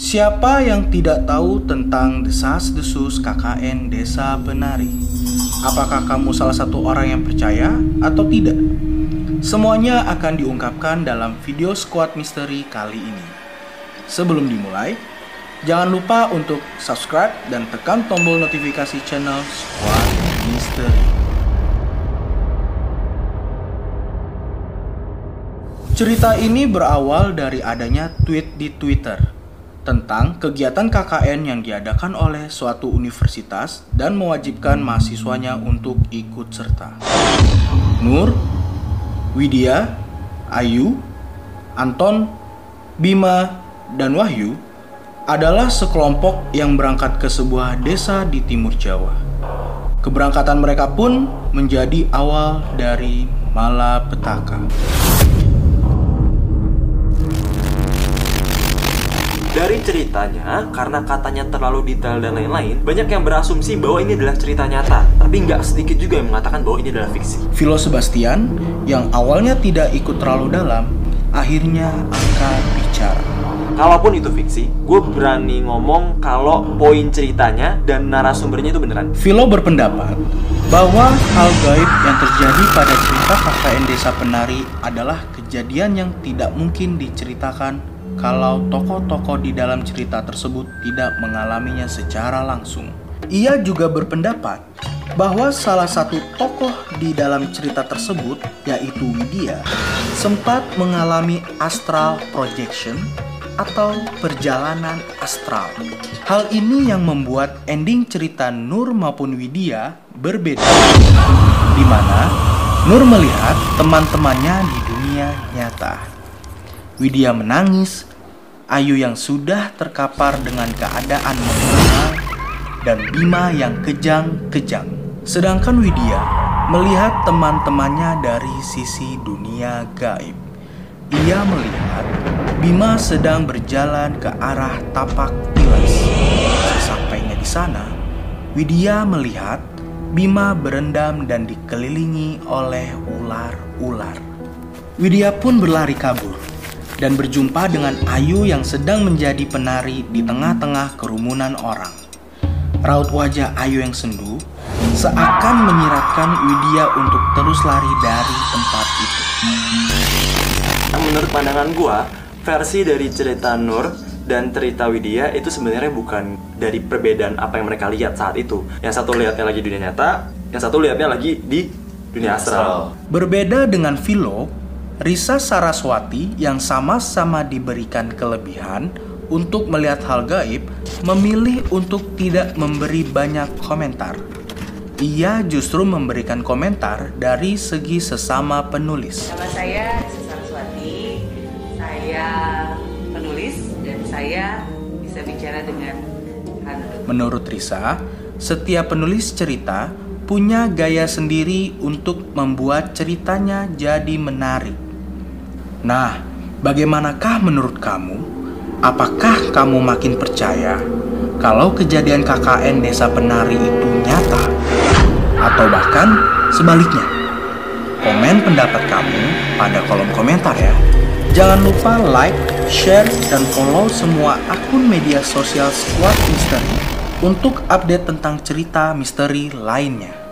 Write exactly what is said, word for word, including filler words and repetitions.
Siapa yang tidak tahu tentang desas-desus K K N Desa Penari? Apakah kamu salah satu orang yang percaya atau tidak? Semuanya akan diungkapkan dalam video Squad Misteri kali ini. Sebelum dimulai, jangan lupa untuk subscribe dan tekan tombol notifikasi channel Squad Misteri. Cerita ini berawal dari adanya tweet di Twitter tentang kegiatan K K N yang diadakan oleh suatu universitas dan mewajibkan mahasiswanya untuk ikut serta. Nur, Widya, Ayu, Anton, Bima, dan Wahyu adalah sekelompok yang berangkat ke sebuah desa di timur Jawa. Keberangkatan mereka pun menjadi awal dari malapetaka. Dari ceritanya, karena katanya terlalu detail dan lain-lain, banyak yang berasumsi bahwa ini adalah cerita nyata. Tapi nggak sedikit juga yang mengatakan bahwa ini adalah fiksi. Philo Sebastian, yang awalnya tidak ikut terlalu dalam, akhirnya angkat bicara. Kalaupun itu fiksi, gue berani ngomong kalau poin ceritanya dan narasumbernya itu beneran. Philo berpendapat bahwa hal gaib yang terjadi pada cerita K K N Desa Penari adalah kejadian yang tidak mungkin diceritakan kalau tokoh-tokoh di dalam cerita tersebut tidak mengalaminya secara langsung. Ia juga berpendapat bahwa salah satu tokoh di dalam cerita tersebut, yaitu Widya, sempat mengalami astral projection atau perjalanan astral. Hal ini yang membuat ending cerita Nur maupun Widya berbeda, di mana Nur melihat teman-temannya di dunia nyata. Widya menangis, Ayu yang sudah terkapar dengan keadaan mental, dan Bima yang kejang-kejang. Sedangkan Widya melihat teman-temannya dari sisi dunia gaib. Ia melihat Bima sedang berjalan ke arah tapak tilas. Sesampainya di sana, Widya melihat Bima berendam dan dikelilingi oleh ular-ular. Widya pun berlari kabur dan berjumpa dengan Ayu yang sedang menjadi penari di tengah-tengah kerumunan orang. Raut wajah Ayu yang sendu seakan menyiratkan Widya untuk terus lari dari tempat itu. Menurut pandangan gua, versi dari cerita Nur dan cerita Widya itu sebenarnya bukan dari perbedaan apa yang mereka lihat saat itu. Yang satu lihatnya lagi dunia nyata, yang satu lihatnya lagi di dunia astral. Berbeda dengan Philo, Risa Saraswati yang sama-sama diberikan kelebihan untuk melihat hal gaib memilih untuk tidak memberi banyak komentar. Ia justru memberikan komentar dari segi sesama penulis. Nama saya Risa Saraswati, saya penulis dan saya bisa bicara dengan hantu. Menurut Risa, setiap penulis cerita punya gaya sendiri untuk membuat ceritanya jadi menarik. Nah, bagaimanakah menurut kamu? Apakah kamu makin percaya kalau kejadian K K N Desa Penari itu nyata? Atau bahkan sebaliknya? Komen pendapat kamu pada kolom komentar ya. Jangan lupa like, share, dan follow semua akun media sosial Squad Misteri untuk update tentang cerita misteri lainnya.